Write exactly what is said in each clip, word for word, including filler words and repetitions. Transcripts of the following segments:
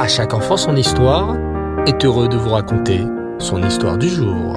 À chaque enfant son histoire est heureux de vous raconter son histoire du jour.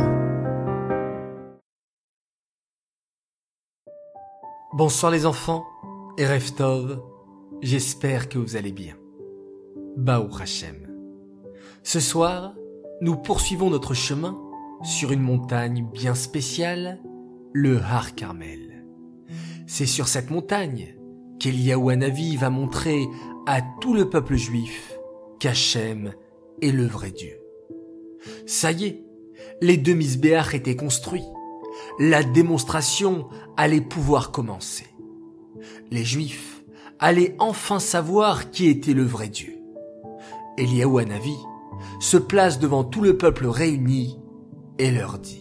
Bonsoir les enfants, Erev Tov, j'espère que vous allez bien. Baruch Hashem. Ce soir, nous poursuivons notre chemin sur une montagne bien spéciale, le Har Carmel. C'est sur cette montagne qu'Eliyahu Hanavi va montrer à tout le peuple juif qu'Hachem est le vrai Dieu. Ça y est, les deux Misbéach étaient construits. La démonstration allait pouvoir commencer. Les Juifs allaient enfin savoir qui était le vrai Dieu. Eliyahu Hanavi se place devant tout le peuple réuni et leur dit :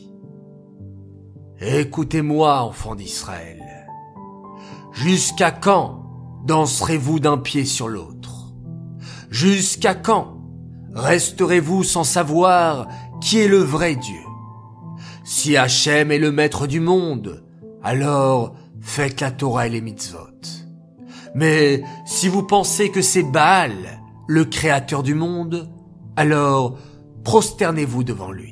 « Écoutez-moi, enfants d'Israël. Jusqu'à quand danserez-vous d'un pied sur l'autre ? Jusqu'à quand resterez-vous sans savoir qui est le vrai Dieu ? Si Hachem est le maître du monde, alors faites la Torah et les mitzvot. Mais si vous pensez que c'est Baal, le créateur du monde, alors prosternez-vous devant lui. »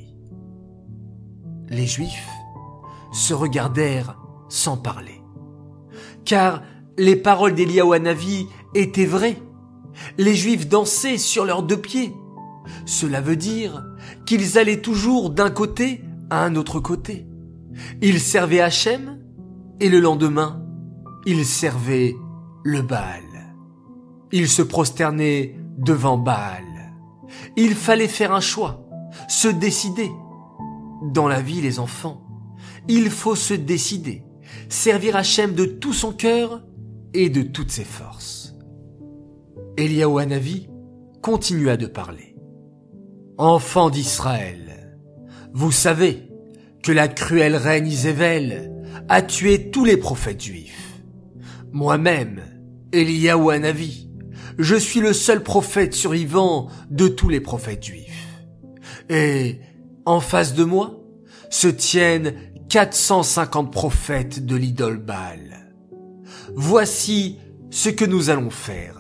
Les Juifs se regardèrent sans parler. Car les paroles d'Eliyahu Hanavi étaient vraies. Les Juifs dansaient sur leurs deux pieds. Cela veut dire qu'ils allaient toujours d'un côté à un autre côté. Ils servaient Hachem et le lendemain, ils servaient le Baal. Ils se prosternaient devant Baal. Il fallait faire un choix, se décider. Dans la vie, les enfants, il faut se décider, servir Hachem de tout son cœur et de toutes ses forces. Eliyahu Hanavi continua de parler. « Enfants d'Israël, vous savez que la cruelle reine Isével a tué tous les prophètes juifs. Moi-même, Eliyahu Hanavi, je suis le seul prophète survivant de tous les prophètes juifs. Et en face de moi se tiennent quatre cent cinquante prophètes de l'idole Baal. Voici ce que nous allons faire.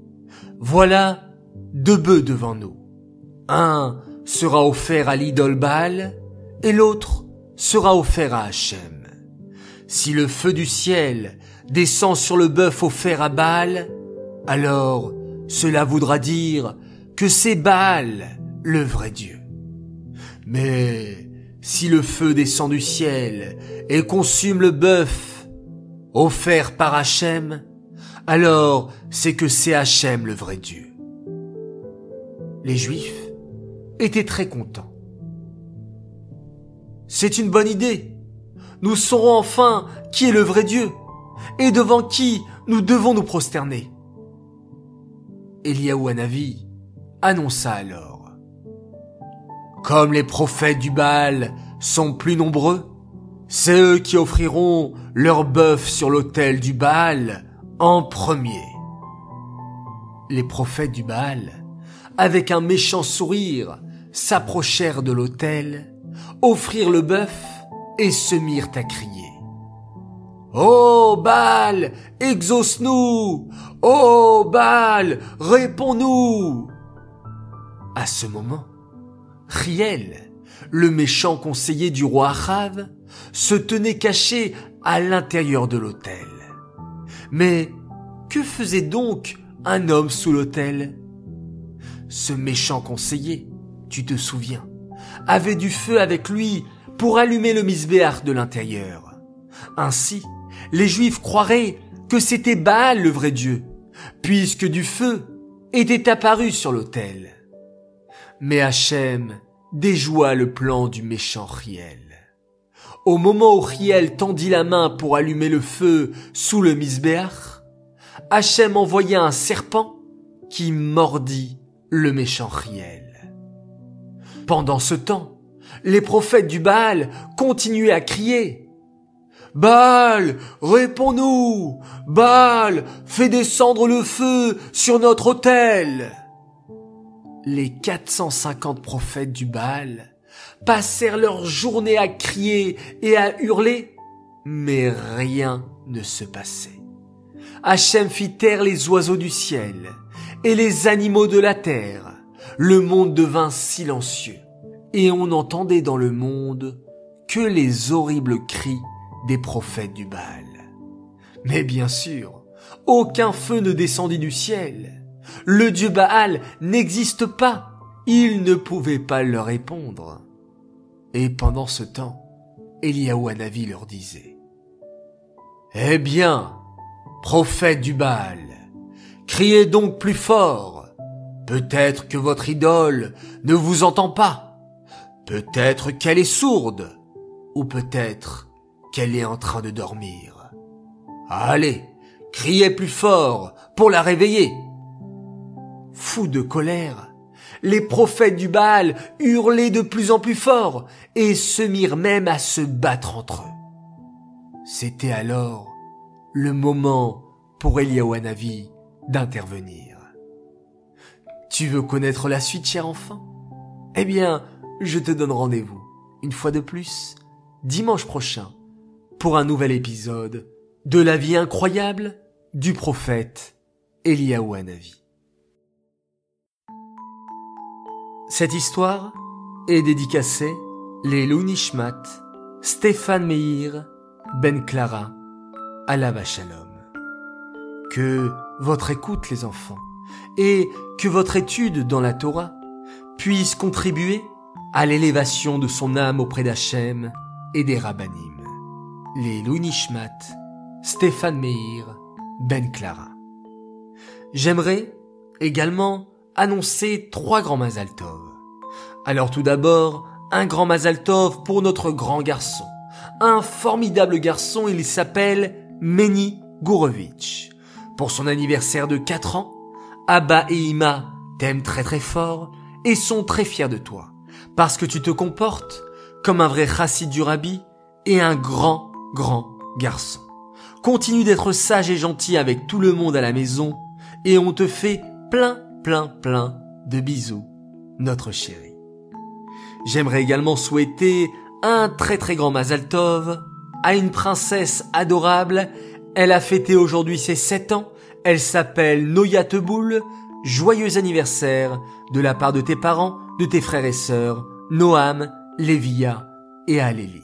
Voilà deux bœufs devant nous. Un sera offert à l'idole Baal et l'autre sera offert à Hachem. Si le feu du ciel descend sur le bœuf offert à Baal, alors cela voudra dire que c'est Baal le vrai Dieu. Mais si le feu descend du ciel et consume le bœuf offert par Hachem, alors c'est que c'est Hachem le vrai Dieu. » Les Juifs étaient très contents. « C'est une bonne idée. Nous saurons enfin qui est le vrai Dieu et devant qui nous devons nous prosterner. » Eliyahu Hanavi annonça alors : « Comme les prophètes du Baal sont plus nombreux, c'est eux qui offriront leur bœuf sur l'autel du Baal en premier. » Les prophètes du Baal, avec un méchant sourire, s'approchèrent de l'autel, offrirent le bœuf et se mirent à crier : « Ô Baal, exauce-nous ! Ô Baal, réponds-nous !» À ce moment, Hiel, le méchant conseiller du roi Achav, se tenait caché à l'intérieur de l'autel. Mais que faisait donc un homme sous l'autel ? Ce méchant conseiller, tu te souviens, avait du feu avec lui pour allumer le misbéach de l'intérieur. Ainsi, les Juifs croiraient que c'était Baal le vrai Dieu, puisque du feu était apparu sur l'autel. Mais Hachem déjoua le plan du méchant Hiel. Au moment où Hiel tendit la main pour allumer le feu sous le misbéach, Hachem envoya un serpent qui mordit le méchant Hiel. Pendant ce temps, les prophètes du Baal continuaient à crier : « Baal, réponds-nous ! Baal, fais descendre le feu sur notre autel !» Les quatre cent cinquante prophètes du Baal passèrent leur journée à crier et à hurler, mais rien ne se passait. Hachem fit taire les oiseaux du ciel et les animaux de la terre. Le monde devint silencieux, et on n'entendait dans le monde que les horribles cris des prophètes du Baal. Mais bien sûr, aucun feu ne descendit du ciel. Le dieu Baal n'existe pas. Il ne pouvait pas leur répondre. Et pendant ce temps, Eliaou Hanavi leur disait: « Eh bien, prophètes du Baal, criez donc plus fort. Peut-être que votre idole ne vous entend pas. Peut-être qu'elle est sourde. Ou peut-être qu'elle est en train de dormir. Allez, criez plus fort pour la réveiller. » Fous de colère, les prophètes du Baal hurlaient de plus en plus fort et se mirent même à se battre entre eux. C'était alors le moment pour Eliaou Hanavi d'intervenir. Tu veux connaître la suite, cher enfant? Eh bien, je te donne rendez-vous, une fois de plus, dimanche prochain, pour un nouvel épisode de la vie incroyable du prophète Eliaou Hanavi. Cette histoire est dédicacée Leilou Nishmat, Stéphane Meir, Ben Clara, Alav Shalom. Que votre écoute, les enfants, et que votre étude dans la Torah puisse contribuer à l'élévation de son âme auprès d'Hachem et des Rabbanim. Leilou Nishmat, Stéphane Meir, Ben Clara. J'aimerais également annoncer trois grands Mazal Tov. Alors tout d'abord, un grand Mazal Tov pour notre grand garçon. Un formidable garçon, il s'appelle Meni Gourovitch. Pour son anniversaire de quatre ans, Abba et Ima t'aiment très très fort et sont très fiers de toi. Parce que tu te comportes comme un vrai chassid du Rabbi et un grand, grand garçon. Continue d'être sage et gentil avec tout le monde à la maison et on te fait plein, plein, plein de bisous, notre chéri. J'aimerais également souhaiter un très très grand Mazal Tov à une princesse adorable. Elle a fêté aujourd'hui ses sept ans. Elle s'appelle Noya Teboul. Joyeux anniversaire de la part de tes parents, de tes frères et sœurs, Noam, Lévia et Alélie.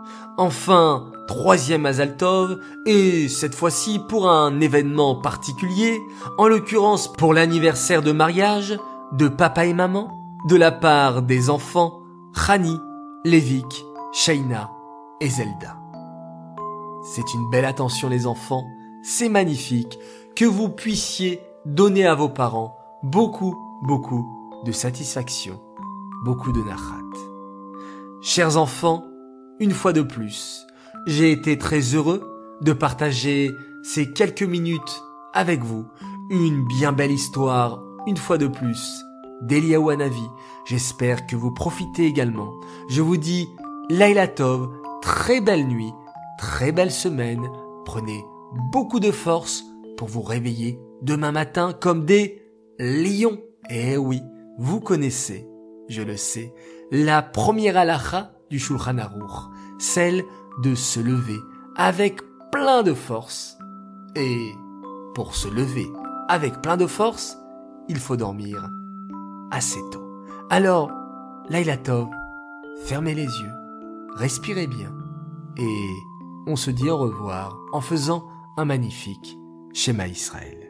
Enfin, troisième Mazal Tov, et cette fois-ci pour un événement particulier, en l'occurrence pour l'anniversaire de mariage de papa et maman, de la part des enfants Chani, Lévik, Shaina et Zelda. C'est une belle attention les enfants, c'est magnifique que vous puissiez donner à vos parents beaucoup, beaucoup de satisfaction, beaucoup de nachat. Chers enfants, une fois de plus, j'ai été très heureux de partager ces quelques minutes avec vous, une bien belle histoire, une fois de plus, d'Eliaou Hanavi. J'espère que vous profitez également. Je vous dis Laila Tov, très belle nuit, très belle semaine. Prenez beaucoup de force pour vous réveiller demain matin comme des lions. Eh oui, vous connaissez, je le sais, la première halakha du Shulchan Aruch, celle de se lever avec plein de force. Et pour se lever avec plein de force, il faut dormir assez tôt. Alors, Laila Tov, fermez les yeux, respirez bien, et on se dit au revoir en faisant un magnifique Shema Israël.